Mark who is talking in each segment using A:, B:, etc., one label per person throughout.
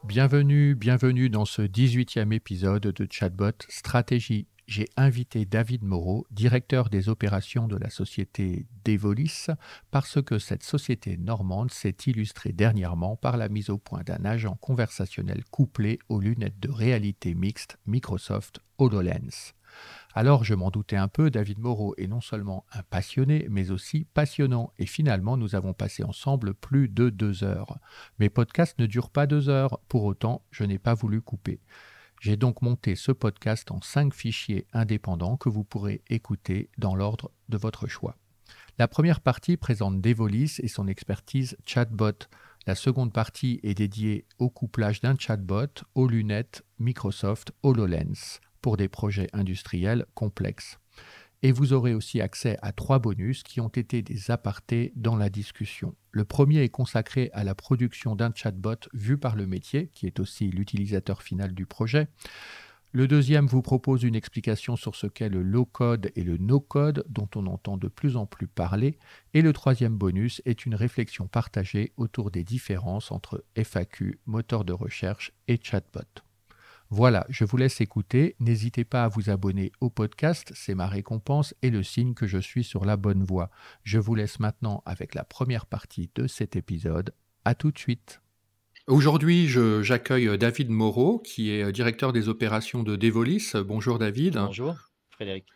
A: Bienvenue dans ce 18e épisode de Chatbot Stratégie. J'ai invité David Moreau, directeur des opérations de la société Devolis, parce que cette société normande s'est illustrée dernièrement par la mise au point d'un agent conversationnel couplé aux lunettes de réalité mixte Microsoft HoloLens. Alors je m'en doutais un peu, David Moreau est non seulement un passionné, mais aussi passionnant. Et finalement, nous avons passé ensemble plus de 2 heures. Mes podcasts ne durent pas 2 heures, pour autant, je n'ai pas voulu couper. J'ai donc monté ce podcast en 5 fichiers indépendants que vous pourrez écouter dans l'ordre de votre choix. La première partie présente Devolis et son expertise chatbot. La seconde partie est dédiée au couplage d'un chatbot aux lunettes Microsoft HoloLens pour des projets industriels complexes. Et vous aurez aussi accès à 3 bonus qui ont été des apartés dans la discussion. Le premier est consacré à la production d'un chatbot vu par le métier, qui est aussi l'utilisateur final du projet. Le deuxième vous propose une explication sur ce qu'est le low-code et le no-code dont on entend de plus en plus parler. Et le troisième bonus est une réflexion partagée autour des différences entre FAQ, moteur de recherche et chatbot. Voilà, je vous laisse écouter. N'hésitez pas à vous abonner au podcast, c'est ma récompense et le signe que je suis sur la bonne voie. Je vous laisse maintenant avec la première partie de cet épisode. À tout de suite. Aujourd'hui, j'accueille David Moreau, qui est directeur des opérations de Devolis. Bonjour David.
B: Bonjour, Frédéric.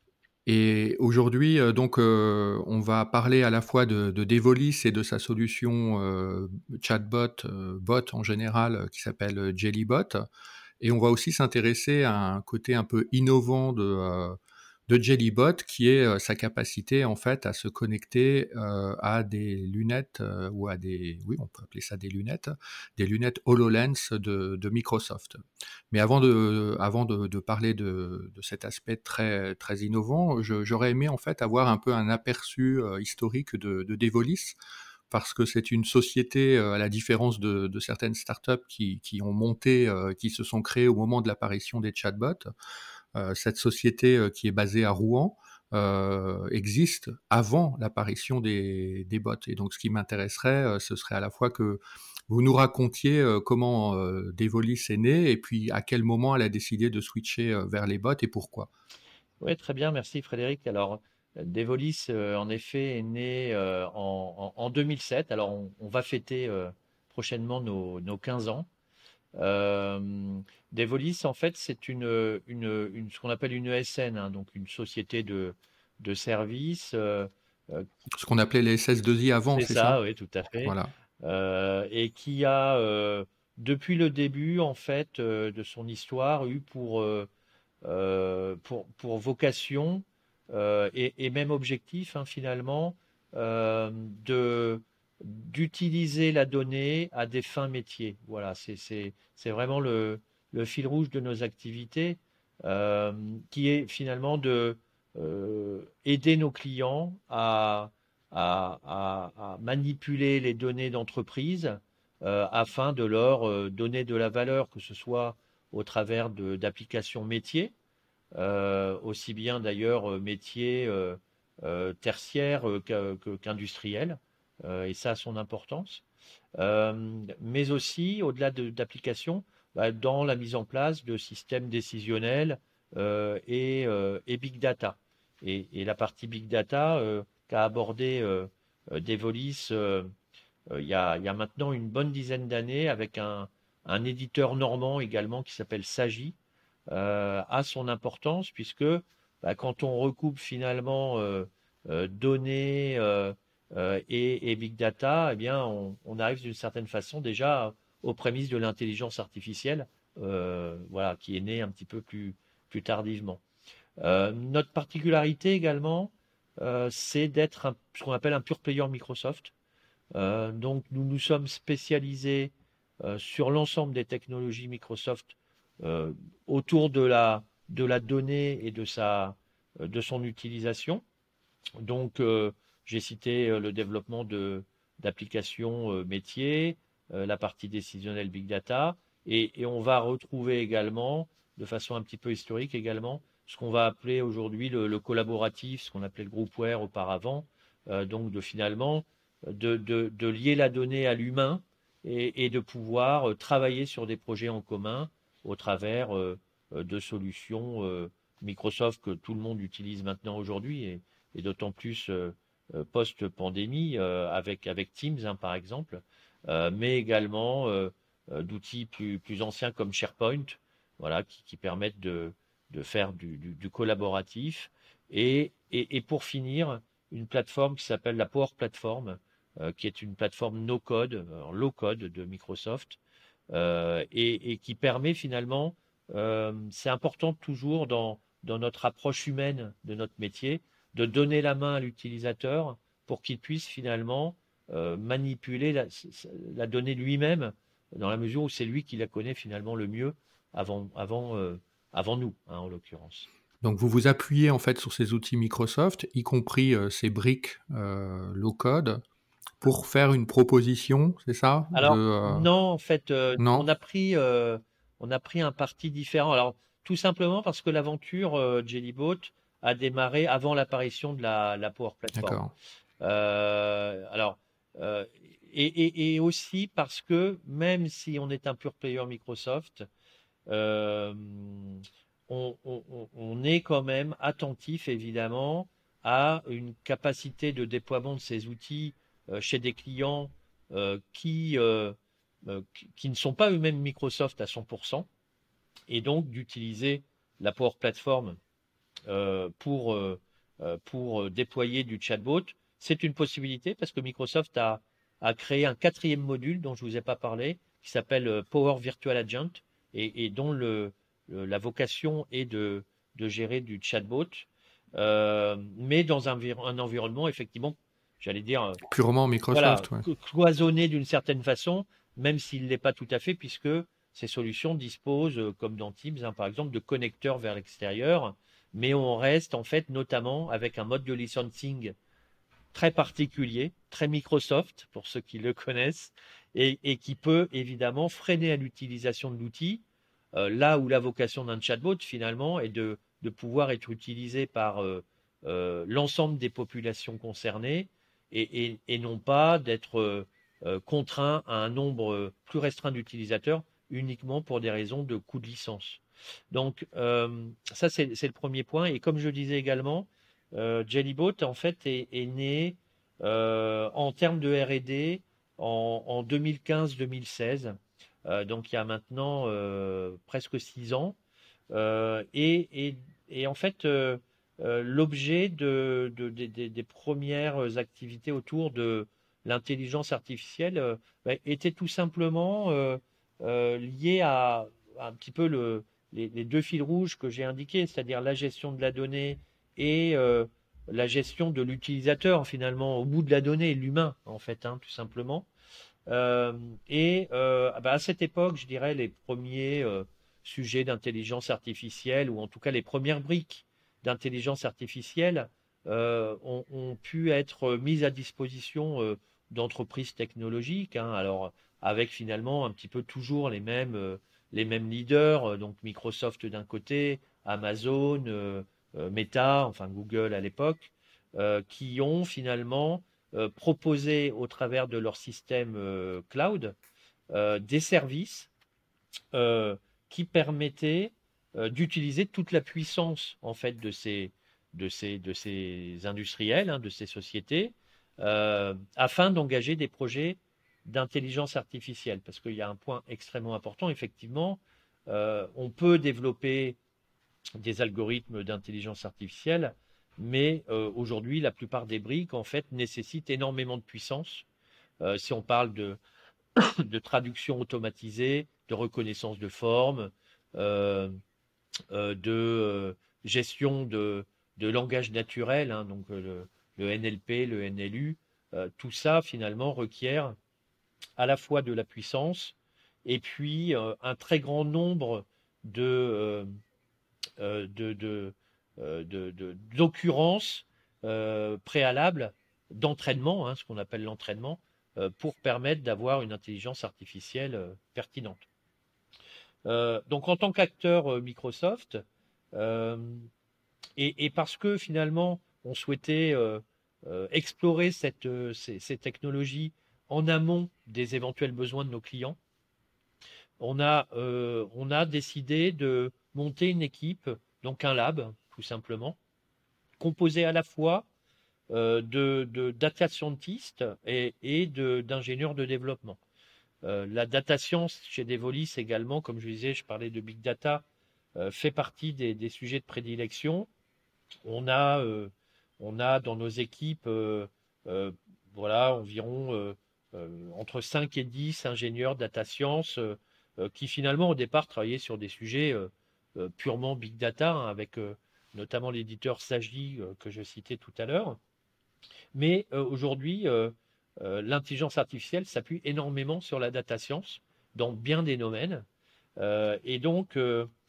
A: Et aujourd'hui, on va parler à la fois de Devolis et de sa solution chatbot, bot en général, qui s'appelle Jellybot. Et on va aussi s'intéresser à un côté un peu innovant de Jellybot, qui est sa capacité en fait à se connecter à des lunettes ou à oui, on peut appeler ça des lunettes HoloLens de Microsoft. Mais avant de parler de cet aspect très très innovant, j'aurais aimé en fait avoir un peu un aperçu historique de Devolis, parce que c'est une société, à la différence de certaines startups qui ont monté, qui se sont créées au moment de l'apparition des chatbots. Cette société qui est basée à Rouen existe avant l'apparition des bots. Et donc, ce qui m'intéresserait, ce serait à la fois que vous nous racontiez comment Devolis est née et puis à quel moment elle a décidé de switcher vers les bots et pourquoi.
B: Oui, très bien, merci Frédéric. Alors, Devolis, en effet, est né en 2007. Alors, on va fêter prochainement nos 15 ans. Euh, Devolis, en fait, c'est ce qu'on appelle une ESN, hein, donc une société de services. Euh,
A: Ce qu'on appelait les SS2I avant,
B: c'est
A: c'est ça?
B: ça, oui, tout à fait.
A: Voilà.
B: Et qui a, depuis le début, en fait, de son histoire, eu pour vocation et même objectif, hein, finalement, euh, de d'utiliser la donnée à des fins métiers. Voilà, c'est vraiment le fil rouge de nos activités, euh, qui est finalement de aider nos clients à manipuler les données d'entreprise afin de leur donner de la valeur, que ce soit au travers d'applications métiers, aussi bien d'ailleurs métiers tertiaires qu'industriels, et ça a son importance. Mais aussi, au-delà d'applications, bah, dans la mise en place de systèmes décisionnels et big data. Et la partie big data qu'a abordé Devolis il y a maintenant une bonne dizaine d'années avec un éditeur normand également qui s'appelle Sagi, a son importance puisque bah, quand on recoupe finalement données et big data, eh bien, on arrive d'une certaine façon déjà aux prémices de l'intelligence artificielle, voilà, qui est née un petit peu plus tardivement. Notre particularité également, c'est d'être ce qu'on appelle un pure player Microsoft. Donc nous nous sommes spécialisés sur l'ensemble des technologies Microsoft euh, autour de la donnée et de son utilisation. Donc j'ai cité le développement d'applications métiers, la partie décisionnelle Big Data, et on va retrouver également, de façon un petit peu historique également, ce qu'on va appeler aujourd'hui le collaboratif, ce qu'on appelait le groupware auparavant, donc finalement de lier la donnée à l'humain et de pouvoir travailler sur des projets en commun au travers de solutions Microsoft que tout le monde utilise maintenant aujourd'hui et d'autant plus post-pandémie avec Teams par exemple, mais également d'outils plus anciens comme SharePoint, voilà, qui permettent de faire du collaboratif. Et pour finir, une plateforme qui s'appelle la Power Platform, qui est une plateforme no-code, low-code de Microsoft, et qui permet finalement, c'est important toujours dans notre approche humaine de notre métier, de donner la main à l'utilisateur pour qu'il puisse finalement manipuler la donnée lui-même, dans la mesure où c'est lui qui la connaît finalement le mieux avant nous, hein, en l'occurrence.
A: Donc vous vous appuyez en fait sur ces outils Microsoft, y compris ces briques low-code, pour faire une proposition, c'est ça
B: Alors non, en fait,
A: Non?
B: on a pris un parti différent. Alors tout simplement parce que l'aventure Jellyboat a démarré avant l'apparition de la Power Platform.
A: D'accord.
B: Alors euh, et aussi parce que même si on est un pure player Microsoft, euh, on est quand même attentif évidemment à une capacité de déploiement de ces outils chez des clients euh, qui, euh, qui ne sont pas eux-mêmes Microsoft à 100%, et donc d'utiliser la Power Platform pour déployer du chatbot. C'est une possibilité parce que Microsoft a créé un quatrième module dont je ne vous ai pas parlé, qui s'appelle Power Virtual Agent, et dont la vocation est de gérer du chatbot, mais dans un environnement effectivement, j'allais dire,
A: Purement
B: voilà,
A: Microsoft, ouais.
B: cloisonné d'une certaine façon, même s'il ne l'est pas tout à fait, puisque ces solutions disposent, comme dans Teams, hein, par exemple, de connecteurs vers l'extérieur, mais on reste en fait notamment avec un mode de licensing très particulier, très Microsoft, pour ceux qui le connaissent, et qui peut évidemment freiner à l'utilisation de l'outil, là où la vocation d'un chatbot, finalement, est de pouvoir être utilisé par l'ensemble des populations concernées et non pas d'être contraint à un nombre plus restreint d'utilisateurs uniquement pour des raisons de coût de licence. Donc, ça, c'est le premier point. Et comme je disais également, Jellybot, en fait, est né en termes de R&D en 2015-2016. Donc, il y a maintenant presque 6 ans. Et en fait, l'objet des premières activités autour de l'intelligence artificielle était tout simplement lié à un petit peu les deux fils rouges que j'ai indiqués, c'est-à-dire la gestion de la donnée et la gestion de l'utilisateur, finalement, au bout de la donnée, l'humain, en fait, hein, tout simplement. À cette époque, je dirais, les premiers sujets d'intelligence artificielle, ou en tout cas les premières briques d'intelligence artificielle, ont pu être mises à disposition d'entreprises technologiques, hein, alors avec finalement un petit peu toujours les mêmes leaders, donc Microsoft d'un côté, Amazon, Meta, enfin Google à l'époque, qui ont finalement proposé au travers de leur système cloud des services euh, qui permettaient d'utiliser toute la puissance en fait de ces industriels, hein, de ces sociétés, afin d'engager des projets d'intelligence artificielle. Parce qu'il y a un point extrêmement important, effectivement, on peut développer des algorithmes d'intelligence artificielle, mais aujourd'hui, la plupart des briques, en fait, nécessitent énormément de puissance. Si on parle de traduction automatisée, de reconnaissance de forme, euh, de gestion de langage naturel, hein, donc le NLP, le NLU, tout ça finalement requiert à la fois de la puissance et puis un très grand nombre de, d'occurrences préalables d'entraînement, hein, ce qu'on appelle l'entraînement, pour permettre d'avoir une intelligence artificielle pertinente. Donc en tant qu'acteur Microsoft, euh, et parce que finalement on souhaitait explorer ces technologies en amont des éventuels besoins de nos clients, on a décidé de monter une équipe, donc un lab, tout simplement, composé à la fois de data scientists et d'ingénieurs de développement. La data science chez Devolis également, comme je disais, je parlais de big data, fait partie des sujets de prédilection. On a, euh, on a dans nos équipes euh, voilà, environ entre 5 et 10 ingénieurs data science qui finalement au départ travaillaient sur des sujets purement big data, hein, avec notamment l'éditeur Sagi que je citais tout à l'heure. Mais aujourd'hui, l'intelligence artificielle s'appuie énormément sur la data science dans bien des domaines. Et donc,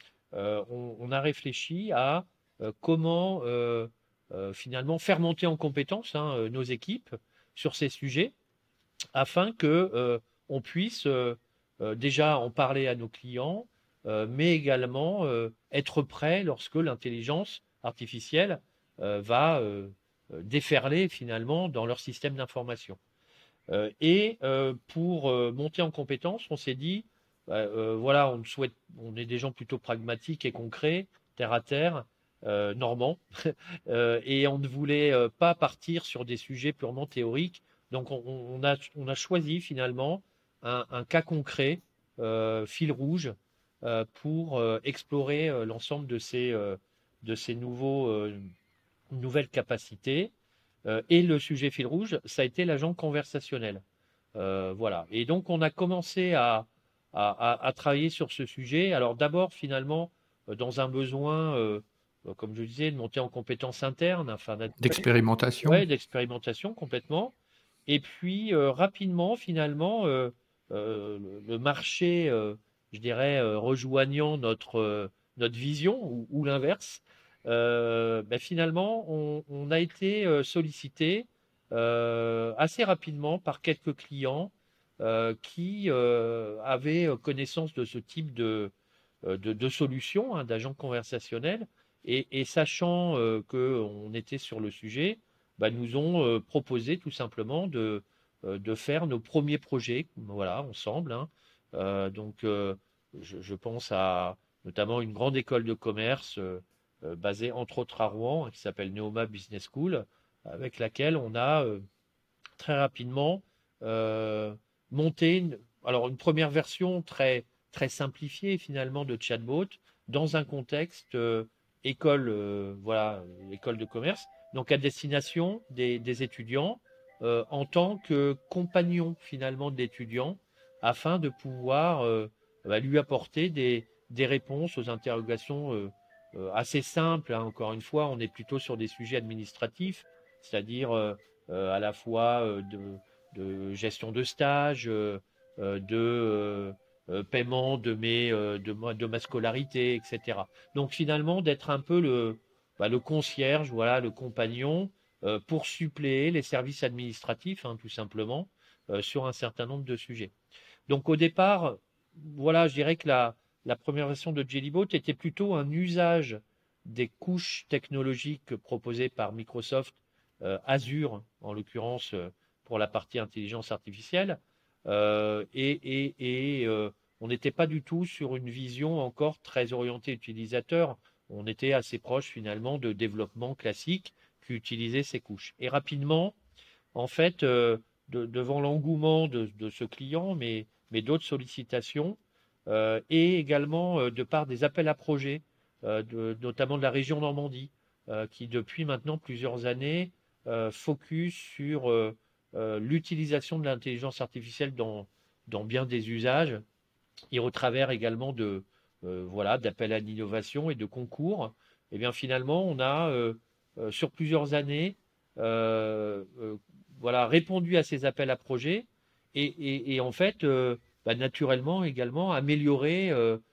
B: on a réfléchi à comment finalement faire monter en compétence, hein, nos équipes sur ces sujets afin que on puisse déjà en parler à nos clients, mais également être prêt lorsque l'intelligence artificielle va déferler finalement dans leur système d'information. Et pour monter en compétence, on s'est dit, voilà, on est des gens plutôt pragmatiques et concrets, terre à terre, normands, et on ne voulait pas partir sur des sujets purement théoriques. Donc on a choisi finalement un cas concret, fil rouge, pour explorer l'ensemble de ces nouvelles capacités. Et le sujet fil rouge, ça a été l'agent conversationnel. Voilà. Et donc, on a commencé à travailler sur ce sujet. Alors, d'abord, finalement, dans un besoin, comme je disais, de monter en compétences internes, enfin,
A: D'expérimentation.
B: ouais, d'expérimentation complètement. Et puis, rapidement, finalement, le marché, je dirais, rejoignant notre vision ou l'inverse, ben finalement, on a été sollicité assez rapidement par quelques clients qui avaient connaissance de ce type de solution, hein, d'agents conversationnels, et sachant qu'on était sur le sujet, bah, nous ont proposé tout simplement de faire nos premiers projets, voilà, ensemble, hein. Donc, je pense à notamment une grande école de commerce basée entre autres à Rouen, hein, qui s'appelle Neoma Business School, avec laquelle on a très rapidement euh, monté alors une première version très simplifiée finalement de chatbot dans un contexte école, voilà, école de commerce, donc à destination des étudiants en tant que compagnon finalement de l'étudiant afin de pouvoir lui apporter des réponses aux interrogations assez simples, hein. Encore une fois, on est plutôt sur des sujets administratifs, c'est-à-dire à la fois de gestion de stage, de paiement de ma scolarité, etc. Donc finalement, d'être un peu le concierge, voilà, le compagnon, pour suppléer les services administratifs, hein, tout simplement, sur un certain nombre de sujets. Donc au départ, voilà, je dirais que la première version de Jellybot était plutôt un usage des couches technologiques proposées par Microsoft, Azure en l'occurrence, pour la partie intelligence artificielle, on n'était pas du tout sur une vision encore très orientée utilisateur. On était assez proche finalement de développement classique qui utilisait ces couches. Et rapidement, en fait, devant l'engouement de ce client, mais d'autres sollicitations, et également de par des appels à projets, notamment de la région Normandie, qui depuis maintenant plusieurs années focus sur l'utilisation de l'intelligence artificielle dans bien des usages, et au travers également voilà, d'appels à l'innovation et de concours. Et bien finalement, on a sur plusieurs années voilà, répondu à ces appels à projets et en fait, bah, naturellement également améliorer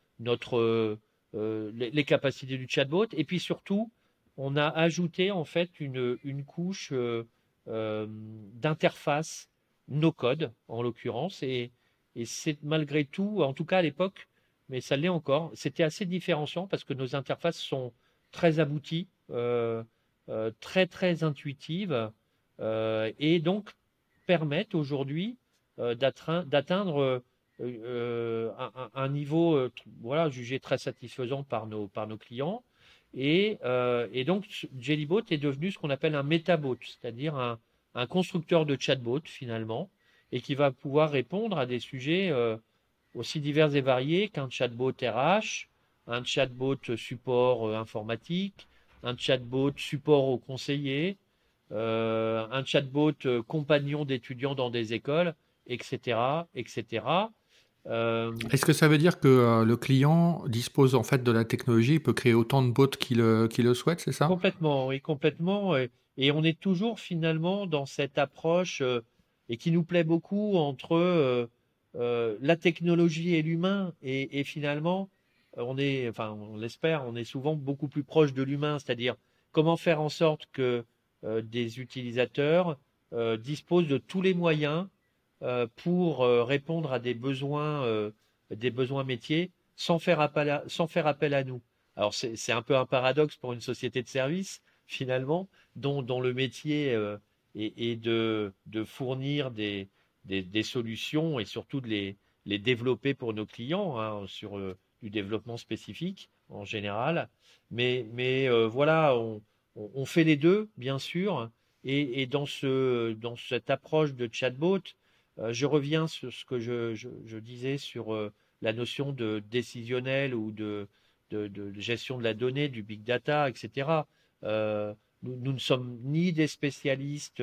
B: les capacités du chatbot. Et puis surtout, on a ajouté en fait une couche d'interface no code en l'occurrence. Et c'est malgré tout, en tout cas à l'époque, mais ça l'est encore, c'était assez différenciant parce que nos interfaces sont très abouties, très très intuitives, et donc permettent aujourd'hui d'atteindre un niveau voilà, jugé très satisfaisant par nos clients. Et donc, Jellybot est devenu ce qu'on appelle un métabot, c'est-à-dire un constructeur de chatbot finalement, et qui va pouvoir répondre à des sujets aussi divers et variés qu'un chatbot RH, un chatbot support informatique, un chatbot support aux conseillers, un chatbot compagnon d'étudiants dans des écoles, etc., etc.
A: Est-ce que ça veut dire que le client dispose en fait de la technologie, il peut créer autant de bots qu'il le souhaite, c'est ça?
B: Complètement, oui, complètement. Et on est toujours finalement dans cette approche et qui nous plaît beaucoup entre la technologie et l'humain. Et finalement, enfin, on l'espère, on est souvent beaucoup plus proche de l'humain, c'est-à-dire comment faire en sorte que des utilisateurs disposent de tous les moyens pour répondre à des besoins métiers sans faire appel à nous. Alors c'est un peu un paradoxe pour une société de service, finalement, dont le métier est de fournir des solutions et surtout de les développer pour nos clients hein, sur du développement spécifique en général. Mais voilà, on fait les deux, bien sûr. Et dans cette approche de chatbot, je reviens sur ce que je disais sur la notion de décisionnel ou de gestion de la donnée, du big data, etc. Nous ne sommes ni des spécialistes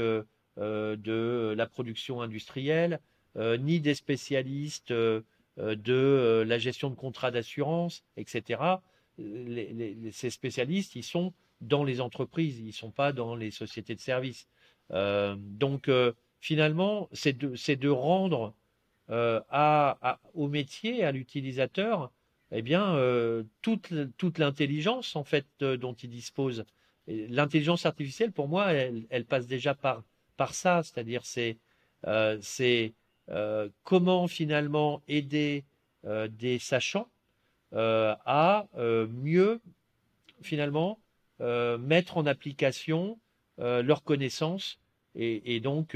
B: de la production industrielle, ni des spécialistes de la gestion de contrats d'assurance, etc. Ces spécialistes, ils sont dans les entreprises, ils ne sont pas dans les sociétés de services. Donc, finalement, c'est de rendre au métier, à l'utilisateur, eh bien, toute l'intelligence en fait dont il dispose. L'intelligence artificielle, pour moi, elle passe déjà par ça, c'est-à-dire c'est comment finalement aider des sachants à mieux finalement mettre en application leurs connaissances et donc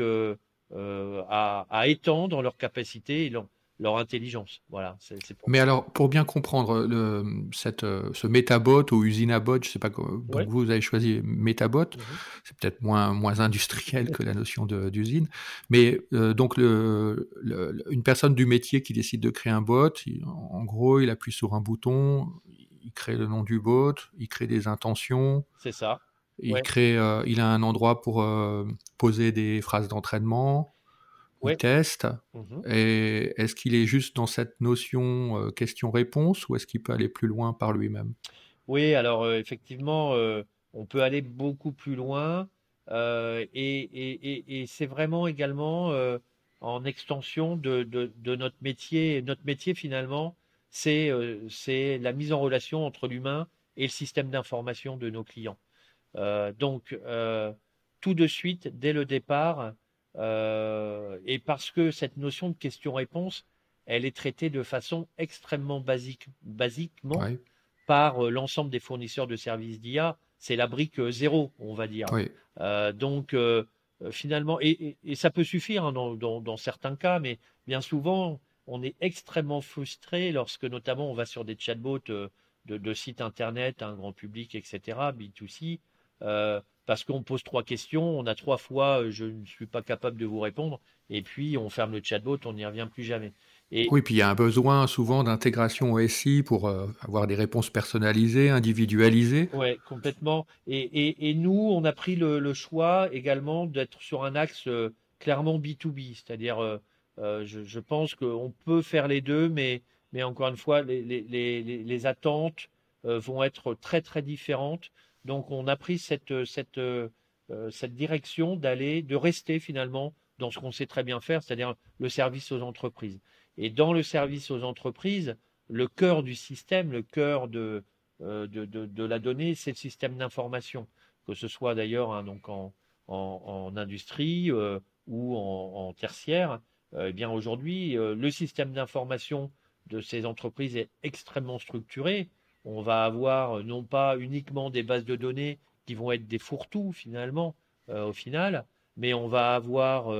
B: à étendre leurs capacités et leur intelligence. Voilà, c'est pour
A: Mais
B: ça.
A: alors, pour bien comprendre ce Metabot ou Usinabot, je sais pas, donc
B: Ouais.
A: vous avez choisi Metabot,
B: Mhm.
A: c'est peut-être moins industriel que la notion d'usine, mais donc une personne du métier qui décide de créer un bot, en gros, il appuie sur un bouton, il crée le nom du bot, il crée des intentions,
B: C'est ça.
A: il
B: Ouais.
A: crée, il a un endroit pour poser des phrases d'entraînement, il
B: Ouais.
A: teste.
B: Mhm.
A: Et est-ce qu'il est juste dans cette notion question-réponse ou est-ce qu'il peut aller plus loin par lui-même?
B: Oui, alors effectivement, on peut aller beaucoup plus loin et c'est vraiment également en extension de notre métier. Notre métier finalement, c'est la mise en relation entre l'humain et le système d'information de nos clients. Donc, tout de suite, dès le départ, et parce que cette notion de question-réponse, elle est traitée de façon extrêmement basiquement
A: Oui,
B: par l'ensemble des fournisseurs de services d'IA, c'est la brique zéro, on va dire.
A: oui.
B: Donc, finalement, et ça peut suffire hein, dans certains cas, mais bien souvent, on est extrêmement frustré lorsque notamment on va sur des chatbots de sites internet, un grand public, etc., B2C, parce qu'on pose trois questions, on a trois fois je ne suis pas capable de vous répondre, et puis on ferme le chatbot, on n'y revient plus jamais. Et
A: Oui, puis il y a un besoin souvent d'intégration au SI pour avoir des réponses personnalisées, individualisées.
B: ouais, complètement. Et nous, on a pris le choix également d'être sur un axe clairement B2B, c'est-à-dire, je pense qu'on peut faire les deux, mais encore une fois, les attentes vont être très très différentes. Donc, on a pris cette direction de rester finalement dans ce qu'on sait très bien faire, c'est-à-dire le service aux entreprises. Et dans le service aux entreprises, le cœur du système, le cœur de la donnée, c'est le système d'information, que ce soit d'ailleurs hein, donc en industrie ou en tertiaire. Eh bien aujourd'hui, le système d'information de ces entreprises est extrêmement structuré. On va avoir non pas uniquement des bases de données qui vont être des fourre-tout finalement, au final, mais on va avoir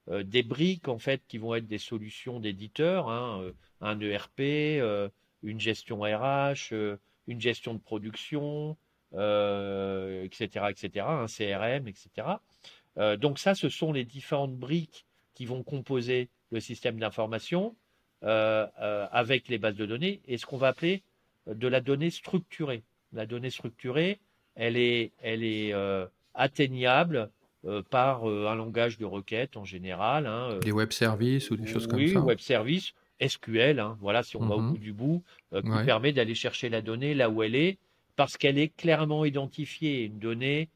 B: des briques en fait qui vont être des solutions d'éditeurs, hein, un ERP, une gestion RH, une gestion de production, etc., etc., un CRM, etc. Donc ça, ce sont les différentes briques qui vont composer le système d'information avec les bases de données et ce qu'on va appeler de la donnée structurée. La donnée structurée, elle est atteignable par un langage de requête en général. Hein,
A: Des web services ou des choses comme
B: oui,
A: ça.
B: web service, SQL, hein, voilà, si on va au bout
A: Mhm.
B: du bout, qui
A: Ouais.
B: permet d'aller chercher la donnée là où elle est, parce qu'elle est clairement identifiée. Une donnée,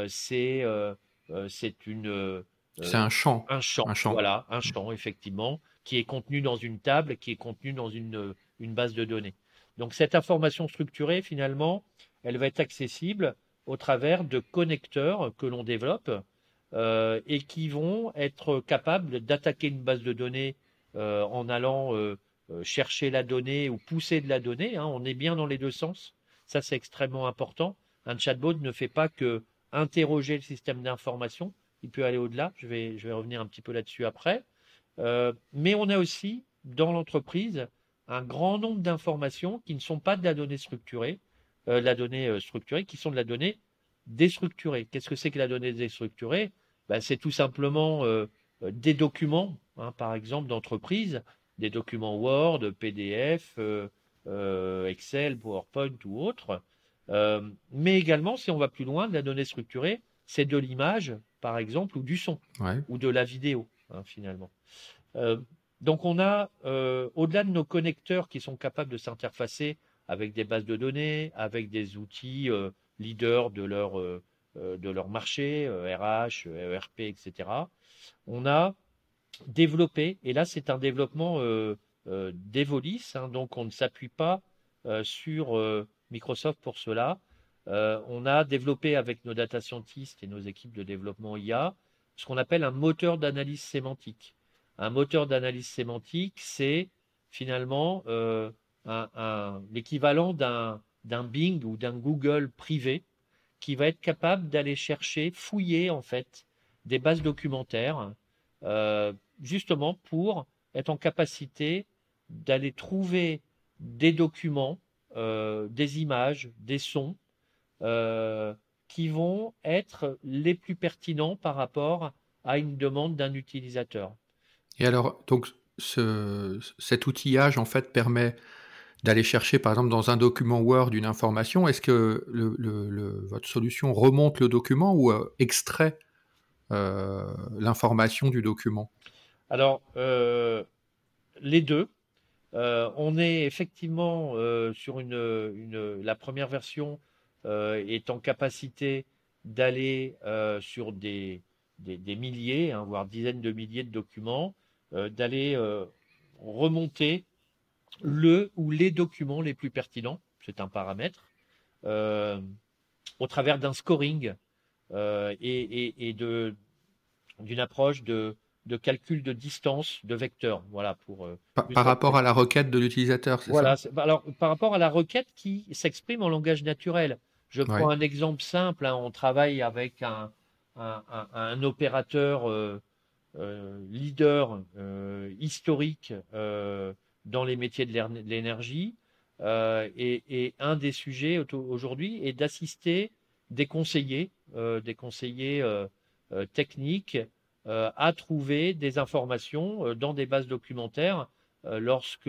B: c'est
A: C'est
B: euh, un champ,
A: un champ.
B: voilà, un champ, effectivement, qui est contenu dans une table, qui est contenu dans une base de données. Donc cette information structurée, finalement, elle va être accessible au travers de connecteurs que l'on développe et qui vont être capables d'attaquer une base de données en allant chercher la donnée ou pousser de la donnée. Hein. On est bien dans les deux sens. Ça, c'est extrêmement important. Un chatbot ne fait pas que interroger le système d'information. Il peut aller au-delà. Je vais revenir un petit peu là-dessus après. Mais on a aussi, dans l'entreprise, un grand nombre d'informations qui ne sont pas de la donnée structurée, structurée, qui sont de la donnée déstructurée. Qu'est-ce que c'est que la donnée déstructurée? Ben, c'est tout simplement des documents, hein, par exemple, d'entreprise, des documents Word, PDF, Excel, PowerPoint ou autres. Mais également, si on va plus loin, de la donnée structurée, c'est de l'image, par exemple, ou du son,
A: Ouais.
B: ou de la vidéo, hein, finalement. Euh, donc on a, au-delà de nos connecteurs qui sont capables de s'interfacer avec des bases de données, avec des outils leaders de leur marché, RH, ERP, etc., on a développé, et là c'est un développement d'Evolis, hein, donc on ne s'appuie pas sur Microsoft pour cela. On a développé avec nos data scientists et nos équipes de développement IA ce qu'on appelle un moteur d'analyse sémantique. Un moteur d'analyse sémantique, c'est finalement l'équivalent d'un Bing ou d'un Google privé qui va être capable d'aller chercher, fouiller en fait des bases documentaires, euh, justement pour être en capacité d'aller trouver des documents, des images, des sons euh, qui vont être les plus pertinents par rapport à une demande d'un utilisateur.
A: Et alors, donc, cet outillage, en fait, permet d'aller chercher, par exemple, dans un document Word une information. Est-ce que votre solution remonte le document ou extrait l'information du document?
B: Alors, les deux. On est effectivement sur la première version est en capacité d'aller sur des milliers, hein, voire dizaines de milliers de documents, d'aller remonter le ou les documents les plus pertinents, c'est un paramètre, euh, au travers d'un scoring et d'une approche de calcul de distance de vecteurs. Voilà, pour plus
A: Par rapport à la requête de l'utilisateur, c'est
B: voilà.
A: ça?
B: Alors, par rapport à la requête qui s'exprime en langage naturel, je prends
A: Ouais.
B: un exemple simple. Hein, on travaille avec un opérateur leader historique dans les métiers de l'énergie. Et un des sujets aujourd'hui est d'assister des conseillers techniques à trouver des informations dans des bases documentaires lorsque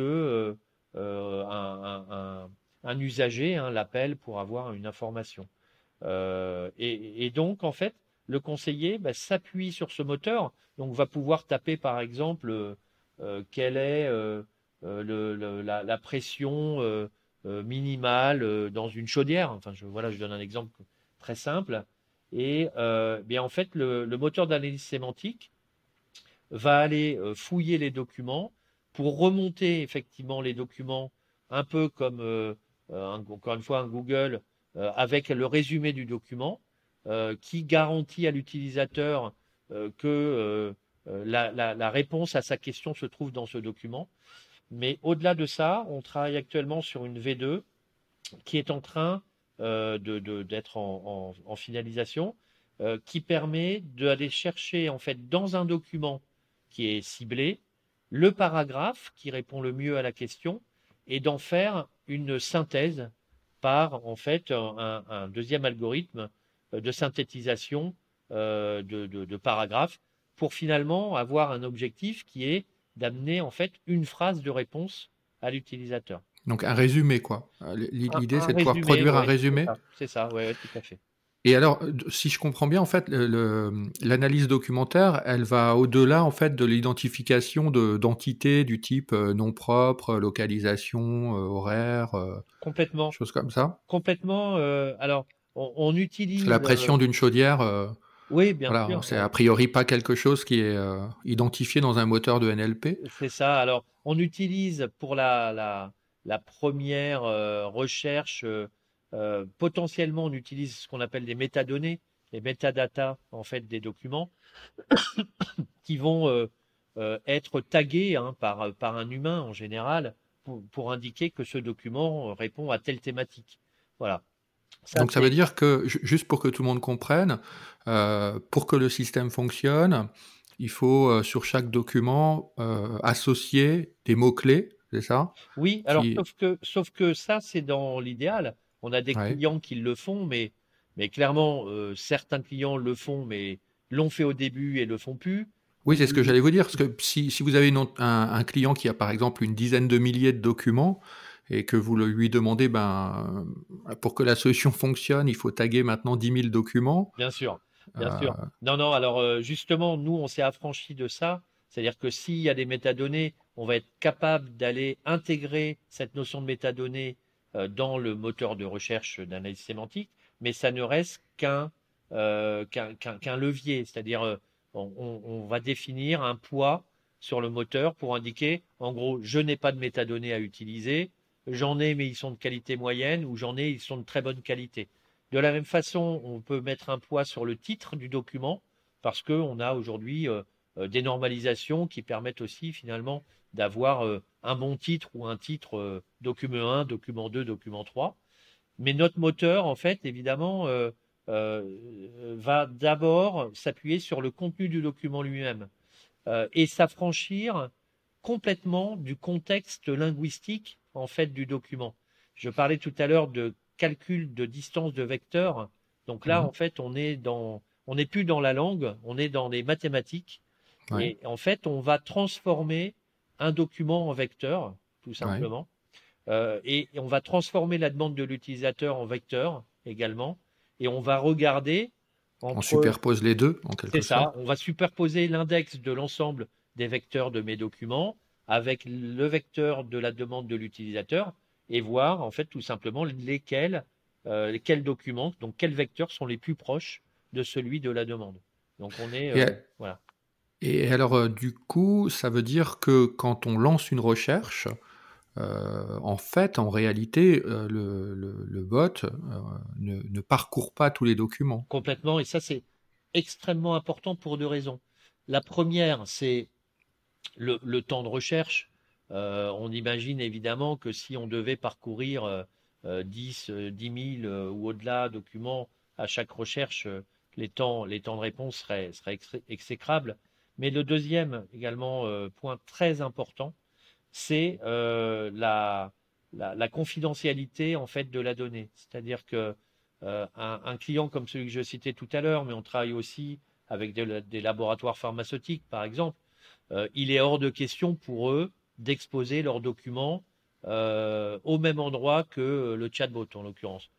B: un usager, hein, l'appelle pour avoir une information. Et donc, en fait, le conseiller s'appuie sur ce moteur, donc va pouvoir taper par exemple quelle est la pression minimale dans une chaudière. Enfin, voilà, je donne un exemple très simple. Et bien en fait, le moteur d'analyse sémantique va aller fouiller les documents pour remonter effectivement les documents, un peu comme, encore une fois, un Google, avec le résumé du document, qui garantit à l'utilisateur que la réponse à sa question se trouve dans ce document. Mais au-delà de ça, on travaille actuellement sur une V2 qui est en train d'être en finalisation, qui permet d'aller chercher en fait dans un document qui est ciblé, le paragraphe qui répond le mieux à la question, et d'en faire une synthèse par en fait un deuxième algorithme de synthétisation de paragraphes pour finalement avoir un objectif qui est d'amener en fait une phrase de réponse à l'utilisateur.
A: Donc un résumé, quoi. L'idée,
B: Un
A: c'est de pouvoir
B: résumé,
A: produire un
B: ouais,
A: résumé.
B: c'est ça, ouais, ouais, tout à fait.
A: Et alors, si je comprends bien, en fait, l'analyse documentaire, elle va au-delà, en fait, de l'identification d'entités du type nom propre, localisation, horaire,
B: Complètement,
A: choses comme ça.
B: complètement. Alors, on
A: Parce que la
B: utilise,
A: pression d'une chaudière,
B: oui, bien
A: voilà,
B: sûr,
A: c'est a priori pas quelque chose qui est identifié dans un moteur de NLP.
B: c'est ça. Alors, on utilise pour la première recherche, potentiellement, on utilise ce qu'on appelle des métadonnées, les métadatas en fait des documents qui vont être tagués hein, par un humain en général pour indiquer que ce document répond à telle thématique. Voilà. Ça,
A: Donc ça veut
B: c'est
A: dire que, juste pour que tout le monde comprenne, pour que le système fonctionne, il faut sur chaque document associer des mots-clés, c'est ça?
B: oui. Alors,
A: Qui...
B: sauf que ça, c'est dans l'idéal. On a des
A: Ouais.
B: clients qui le font, mais clairement, certains clients le font, mais l'ont fait au début et le font plus.
A: Oui, c'est ce que
B: Ou-
A: j'allais vous dire, parce que si vous avez un client qui a par exemple une dizaine de milliers de documents et que vous lui demandez, ben, pour que la solution fonctionne, il faut taguer maintenant 10 000 documents.
B: Bien sûr, bien
A: euh,
B: sûr. Non, non, alors justement, nous, on s'est affranchi de ça. C'est-à-dire que s'il y a des métadonnées, on va être capable d'aller intégrer cette notion de métadonnées dans le moteur de recherche d'analyse sémantique, mais ça ne reste qu'un levier. C'est-à-dire, on va définir un poids sur le moteur pour indiquer, en gros, je n'ai pas de métadonnées à utiliser, j'en ai, mais ils sont de qualité moyenne, ou j'en ai, ils sont de très bonne qualité. De la même façon, on peut mettre un poids sur le titre du document parce qu'on a aujourd'hui des normalisations qui permettent aussi finalement d'avoir un bon titre ou un titre document 1, document 2, document 3. Mais notre moteur, en fait, évidemment, va d'abord s'appuyer sur le contenu du document lui-même et s'affranchir complètement du contexte linguistique en fait du document. Je parlais tout à l'heure de calcul de distance de vecteurs. Donc là,
A: mhm,
B: en fait, on n'est plus dans la langue, on est dans les mathématiques.
A: ouais,
B: Et en fait, on va transformer un document en vecteur, tout
A: ouais.
B: simplement. Et on va transformer la demande de l'utilisateur en vecteur également. Et on va regarder
A: On
B: entre
A: superpose les deux, en
B: c'est
A: quelque
B: ça,
A: sorte.
B: on va superposer l'index de l'ensemble des vecteurs de mes documents avec le vecteur de la demande de l'utilisateur et voir en fait tout simplement quels documents, donc quels vecteurs sont les plus proches de celui de la demande. Donc on est
A: Et,
B: voilà.
A: et alors, du coup, ça veut dire que quand on lance une recherche, en fait, en réalité, le bot ne parcourt pas tous les documents.
B: Complètement, et ça c'est extrêmement important pour deux raisons. La première, c'est le temps de recherche. On imagine évidemment que si on devait parcourir 10 000 ou au-delà documents à chaque recherche, les temps de réponse seraient exécrables. Mais le deuxième également point très important, c'est la confidentialité en fait de la donnée. C'est-à-dire que un client comme celui que je citais tout à l'heure, mais on travaille aussi avec des laboratoires pharmaceutiques par exemple, il est hors de question pour eux d'exposer leurs documents au même endroit que le chatbot en l'occurrence.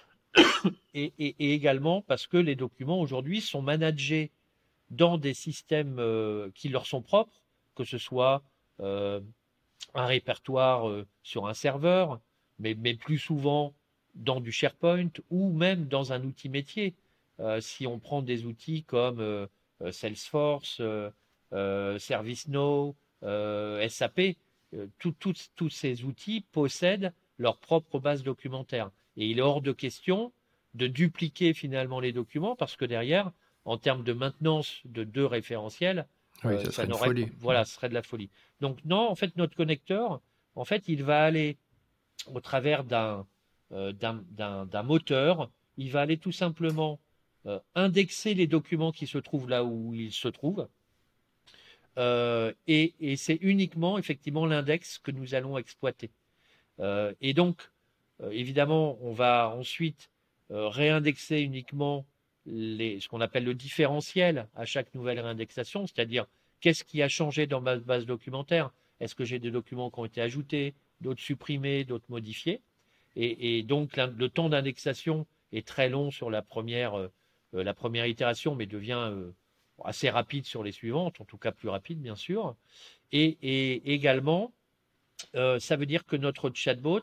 B: Et également parce que les documents aujourd'hui sont managés dans des systèmes qui leur sont propres, que ce soit euh, un répertoire sur un serveur, mais plus souvent dans du SharePoint ou même dans un outil métier. Si on prend des outils comme Salesforce, ServiceNow, SAP, tous ces outils possèdent leur propre base documentaire. Et il est hors de question de dupliquer finalement les documents parce que derrière, en termes de maintenance de deux référentiels,
A: Oui, ça
B: ça
A: serait une
B: n'aurait,
A: folie.
B: voilà, ce serait de la folie. Donc non, en fait, notre connecteur, en fait, il va aller au travers d'un moteur, il va aller tout simplement indexer les documents qui se trouvent là où ils se trouvent, et c'est uniquement effectivement l'index que nous allons exploiter. Et donc, évidemment, on va ensuite réindexer uniquement ce qu'on appelle le différentiel à chaque nouvelle réindexation, c'est-à-dire qu'est-ce qui a changé dans ma base documentaire? Est-ce que j'ai des documents qui ont été ajoutés, d'autres supprimés, d'autres modifiés? Et donc, le temps d'indexation est très long sur la première itération, mais devient assez rapide sur les suivantes, en tout cas plus rapide, bien sûr. Et également, ça veut dire que notre chatbot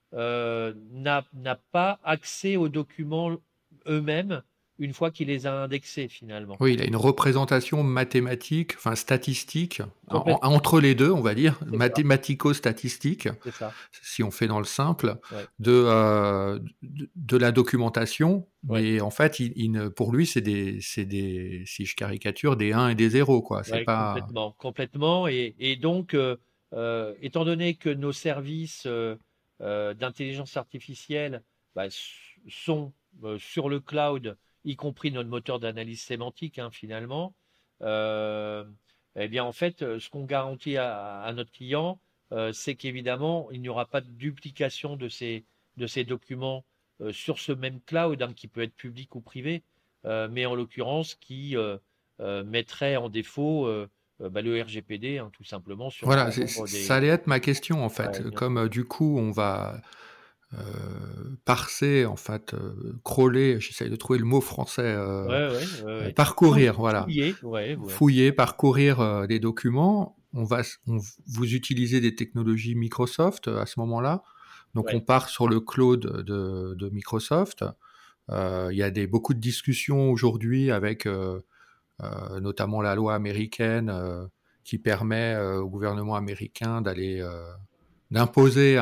B: n'a pas accès aux documents eux-mêmes une fois qu'il les a indexés finalement.
A: Oui, il a une représentation mathématique, enfin statistique,
B: Complètement,
A: entre les deux, on va dire,
B: c'est ça,
A: mathématico-statistique,
B: c'est ça.
A: si on fait dans le simple,
B: Ouais,
A: de la documentation.
B: ouais,
A: Mais en fait, pour lui, c'est si je caricature, des 1 et des 0, quoi. C'est
B: ouais,
A: pas.
B: complètement, complètement. Et donc, étant donné que nos services d'intelligence artificielle bah, sont sur le cloud, y compris notre moteur d'analyse sémantique, hein, finalement, euh, eh bien, en fait, ce qu'on garantit à notre client, c'est qu'évidemment, il n'y aura pas de duplication de ces documents sur ce même cloud, hein, qui peut être public ou privé, mais en l'occurrence, qui mettrait en défaut bah, le RGPD, hein, tout simplement, sur un
A: Voilà,
B: certain nombre
A: ça
B: des.
A: allait être ma question, en
B: Ouais,
A: fait.
B: bien
A: Comme
B: sûr.
A: du coup, on va parser, en fait, crawler, j'essaye de trouver le mot français,
B: Ouais, ouais, ouais, ouais.
A: parcourir, voilà.
B: Fouiller, ouais, ouais,
A: Fouiller, parcourir des documents. Vous utilisez des technologies Microsoft à ce moment-là. Donc on
B: ouais,
A: part sur le cloud de Microsoft. Il y a beaucoup de discussions aujourd'hui avec notamment la loi américaine qui permet au gouvernement américain d'imposer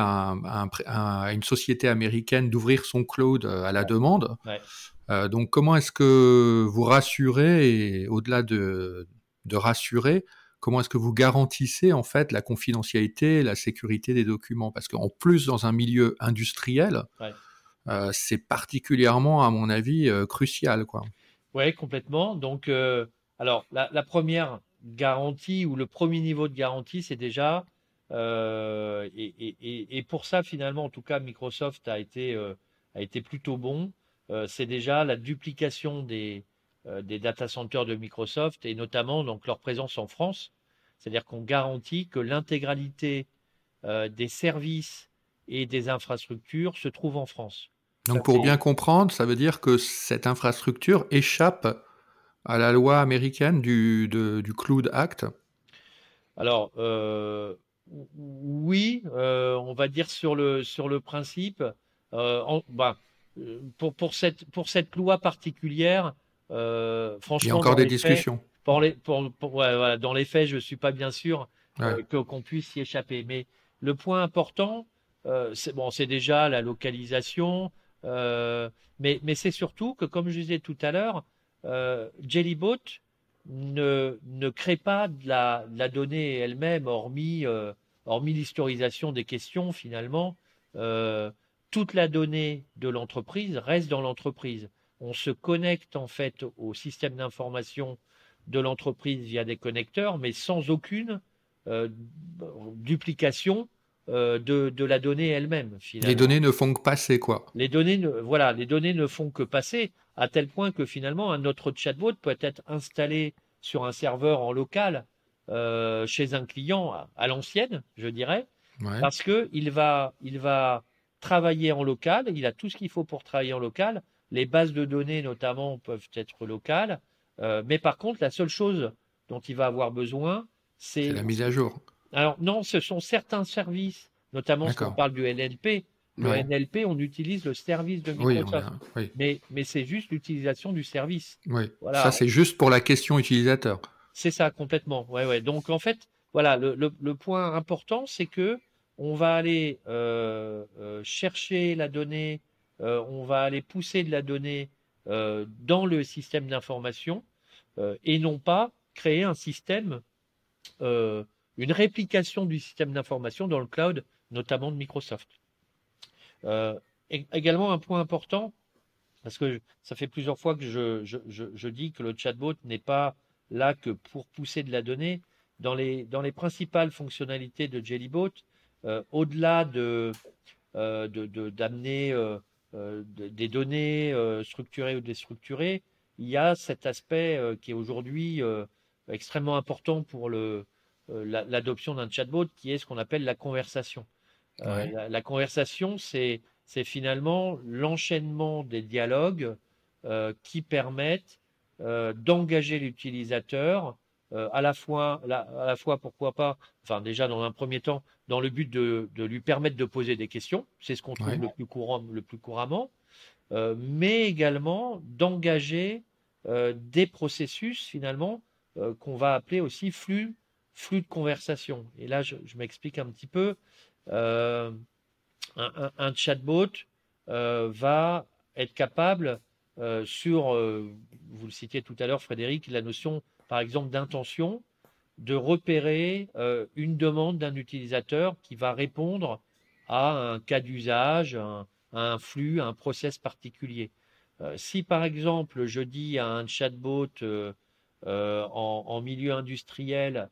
A: à une société américaine d'ouvrir son cloud à la
B: ouais,
A: demande.
B: ouais.
A: Donc, comment est-ce que vous rassurez et au-delà de rassurer, comment est-ce que vous garantissez en fait la confidentialité et la sécurité des documents? Parce qu'en plus, dans un milieu industriel,
B: Ouais.
A: c'est particulièrement, à mon avis, crucial, quoi.
B: Ouais, complètement. Donc, alors, la première garantie ou le premier niveau de garantie, c'est déjà, et pour ça, finalement, en tout cas, Microsoft a été plutôt bon. C'est déjà la duplication des data centers de Microsoft et notamment donc leur présence en France. C'est-à-dire qu'on garantit que l'intégralité des services et des infrastructures se trouve en France. Ça,
A: Donc, pour bien comprendre, ça veut dire que cette infrastructure échappe à la loi américaine du Cloud Act.
B: alors, oui, on va dire sur le principe, bah, pour cette loi particulière,
A: Il y a
B: franchement,
A: encore
B: dans
A: des
B: les faits,
A: discussions.
B: ouais, voilà, dans les faits, je suis pas bien sûr
A: Ouais.
B: qu'on puisse y échapper. Mais le point important, c'est bon, c'est déjà la localisation, mais c'est surtout que, comme je disais tout à l'heure, Jellybot ne crée pas de la donnée elle-même, hormis l'historisation des questions, finalement. Euh, Toute la donnée de l'entreprise reste dans l'entreprise. On se connecte en fait au système d'information de l'entreprise via des connecteurs, mais sans aucune euh, duplication de la donnée elle-même,
A: Les
B: finalement.
A: données ne font que passer, quoi.
B: Voilà, les données ne font que passer, à tel point que finalement, un autre chatbot peut être installé sur un serveur en local chez un client à l'ancienne, je dirais,
A: Ouais.
B: parce que il va travailler en local, il a tout ce qu'il faut pour travailler en local. Les bases de données, notamment, peuvent être locales, mais par contre, la seule chose dont il va avoir besoin,
A: C'est la mise à jour.
B: alors non, ce sont certains services, notamment si on
A: D'accord.
B: parle du NLP. Le
A: Ouais.
B: NLP, on utilise le service de
A: Oui,
B: Microsoft,
A: oui,
B: mais c'est juste l'utilisation du service.
A: oui. Ça,
B: Voilà,
A: c'est juste pour la question utilisateur.
B: c'est ça complètement. Ouais, ouais. Donc en fait, voilà, le point important, c'est que on va aller chercher la donnée, on va aller pousser de la donnée dans le système d'information et non pas créer un système, euh, une réplication du système d'information dans le cloud, notamment de Microsoft. Également un point important, parce que ça fait plusieurs fois que je dis que le chatbot n'est pas là que pour pousser de la donnée. dans les principales fonctionnalités de Jellybot, au-delà d'amener des données structurées ou déstructurées, il y a cet aspect qui est aujourd'hui extrêmement important pour l'adoption d'un chatbot, qui est ce qu'on appelle la conversation.
A: Ouais.
B: La conversation, c'est finalement l'enchaînement des dialogues qui permettent d'engager l'utilisateur à la fois, pourquoi pas, enfin déjà dans un premier temps, dans le but de lui permettre de poser des questions, c'est ce qu'on trouve
A: Ouais.
B: le plus couramment, mais également d'engager des processus finalement qu'on va appeler aussi flux de conversation. Et là, je m'explique un petit peu. Euh, un chatbot va être capable vous le citiez tout à l'heure, Frédéric, la notion, par exemple, d'intention, de repérer une demande d'un utilisateur qui va répondre à un cas d'usage, à un flux, à un process particulier. Si par exemple je dis à un chatbot en milieu industriel,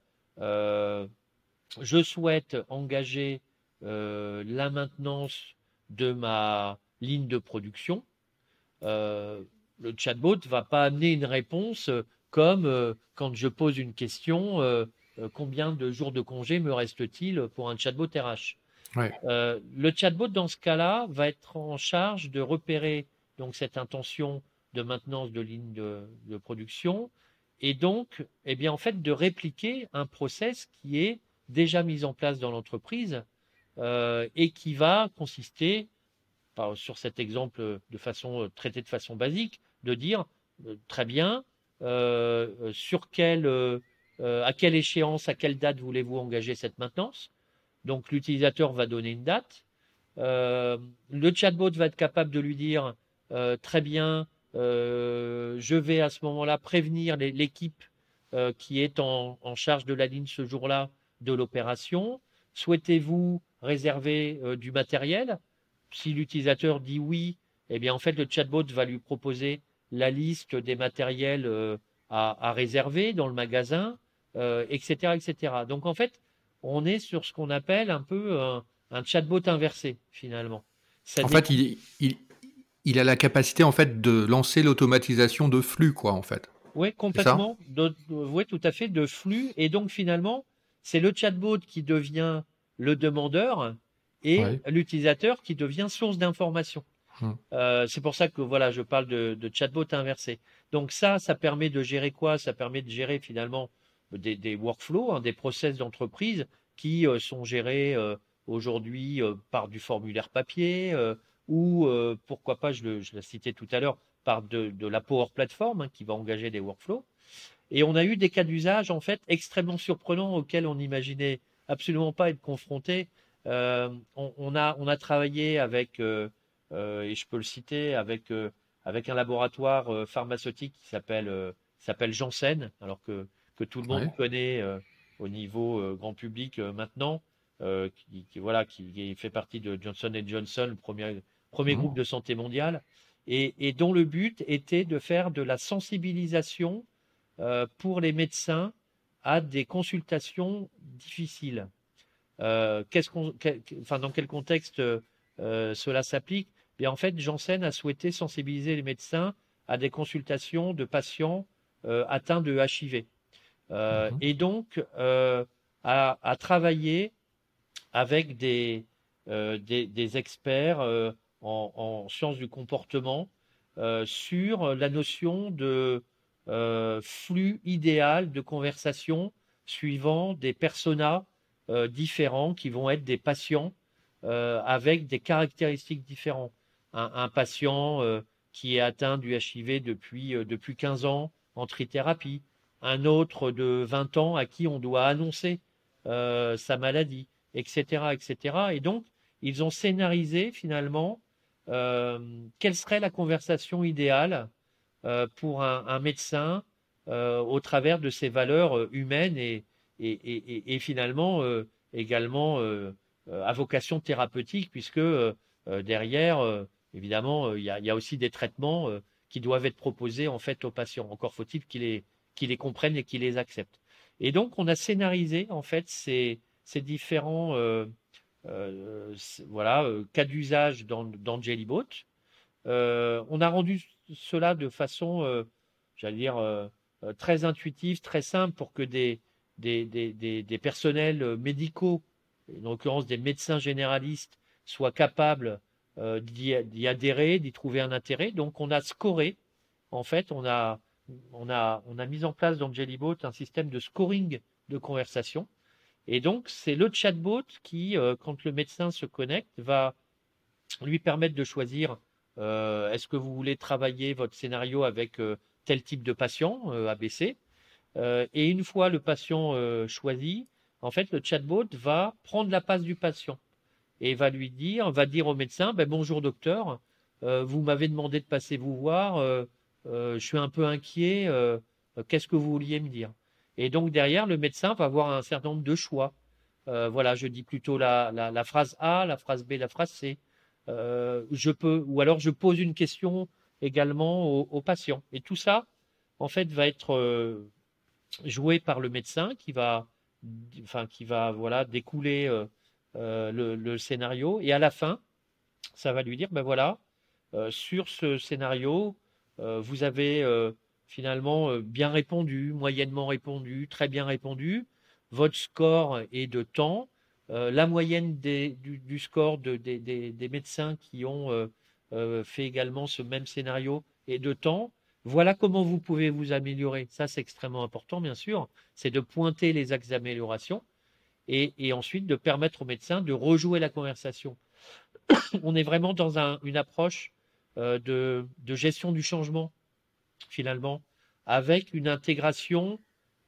B: je souhaite engager la maintenance de ma ligne de production, le chatbot ne va pas amener une réponse comme quand je pose une question, combien de jours de congé me reste-t-il pour un chatbot RH.
A: Ouais.
B: Le chatbot, dans ce cas-là, va être en charge de repérer donc cette intention de maintenance de ligne de production et donc, eh bien, en fait, de répliquer un process qui est déjà mis en place dans l'entreprise et qui va consister, sur cet exemple traité de façon basique, de dire très bien, à quelle échéance, à quelle date voulez-vous engager cette maintenance. Donc l'utilisateur va donner une date. Le chatbot va être capable de lui dire très bien, je vais à ce moment-là prévenir l'équipe qui est en charge de la ligne ce jour-là de l'opération. Souhaitez-vous réserver du matériel? Si l'utilisateur dit oui, eh bien en fait le chatbot va lui proposer la liste des matériels à réserver dans le magasin, etc., etc. Donc en fait, on est sur ce qu'on appelle un peu un chatbot inversé finalement. Ça
A: En
B: n'est
A: fait, il a la capacité en fait de lancer l'automatisation de flux, quoi, en fait.
B: Oui,
A: C'est ça?
B: complètement. Oui, tout à fait, de flux. Et donc, finalement, c'est le chatbot qui devient le demandeur et
A: Ouais.
B: l'utilisateur qui devient source d'information.
A: Hum.
B: C'est pour ça que voilà, je parle de chatbot inversé. Donc ça permet de gérer quoi? Ça permet de gérer finalement des workflows, hein, des process d'entreprise qui sont gérés aujourd'hui par du formulaire papier ou pourquoi pas, je l'ai cité tout à l'heure, par de la Power Platform qui va engager des workflows. Et on a eu des cas d'usage en fait extrêmement surprenants auxquels on n'imaginait absolument pas être confronté. On a travaillé avec, et je peux le citer, avec un laboratoire pharmaceutique qui s'appelle Janssen, alors que tout le monde
A: Ouais.
B: connaît au niveau grand public maintenant, voilà, qui fait partie de Johnson Johnson, le premier
A: Hum.
B: groupe de santé mondial, et dont le but était de faire de la sensibilisation pour les médecins à des consultations difficiles. Dans quel contexte cela s'applique? Bien, en fait, Janssen a souhaité sensibiliser les médecins à des consultations de patients atteints de HIV.
A: Mhm.
B: Et donc, à travailler avec des experts en sciences du comportement sur la notion de flux idéal de conversation suivant des personas différents qui vont être des patients avec des caractéristiques différentes. Un patient qui est atteint du HIV depuis 15 ans en trithérapie, un autre de 20 ans à qui on doit annoncer sa maladie, etc., etc. Et donc, ils ont scénarisé finalement quelle serait la conversation idéale pour un médecin au travers de ses valeurs humaines et finalement également à vocation thérapeutique, puisque derrière, évidemment, il y a aussi des traitements qui doivent être proposés en fait aux patients. Encore faut-il qu'ils les comprennent et qu'ils les acceptent. Et donc, on a scénarisé en fait ces différents cas d'usage dans Jellybot. On a rendu cela de façon, j'allais dire, très intuitive, très simple pour que des personnels médicaux, en l'occurrence des médecins généralistes, soient capables d'y adhérer, d'y trouver un intérêt. Donc, on a scoré. En fait, on a mis en place dans Jellybot un système de scoring de conversation. Et donc, c'est le chatbot qui, quand le médecin se connecte, va lui permettre de choisir est-ce que vous voulez travailler votre scénario avec tel type de patient, ABC. Et une fois le patient choisi, en fait, le chatbot va prendre la place du patient et va dire au médecin, ben, bonjour docteur, vous m'avez demandé de passer vous voir, je suis un peu inquiet, qu'est-ce que vous vouliez me dire? Et donc derrière, le médecin va avoir un certain nombre de choix. Voilà, je dis plutôt la phrase A, la phrase B, la phrase C. Ou alors je pose une question également au patient. Et tout ça, en fait, va être joué par le médecin qui va voilà, découler le scénario. Et à la fin, ça va lui dire, ben voilà, sur ce scénario, vous avez finalement bien répondu, moyennement répondu, très bien répondu. Votre score est de temps. La moyenne du score des médecins qui ont fait également ce même scénario est de temps. Voilà comment vous pouvez vous améliorer. Ça, c'est extrêmement important, bien sûr. C'est de pointer les axes d'amélioration et ensuite de permettre aux médecins de rejouer la conversation. On est vraiment dans une approche de gestion du changement, finalement, avec une intégration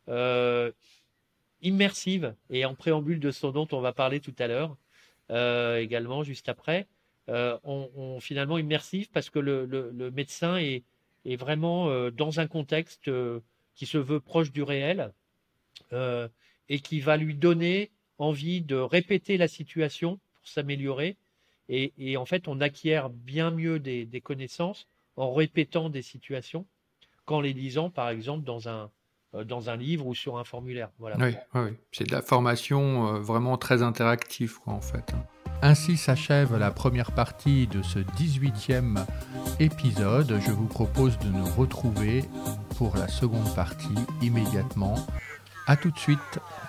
B: immersive, et en préambule de ce dont on va parler tout à l'heure, également, juste après, finalement immersif, parce que le médecin est vraiment dans un contexte qui se veut proche du réel, et qui va lui donner envie de répéter la situation pour s'améliorer. Et en fait, on acquiert bien mieux des connaissances en répétant des situations qu'en les lisant, par exemple, dans un livre ou sur un formulaire. Voilà.
A: Oui, oui. C'est de la formation vraiment très interactive, quoi, en fait. Ainsi s'achève la première partie de ce 18e épisode. Je vous propose de nous retrouver pour la seconde partie immédiatement. À tout de suite.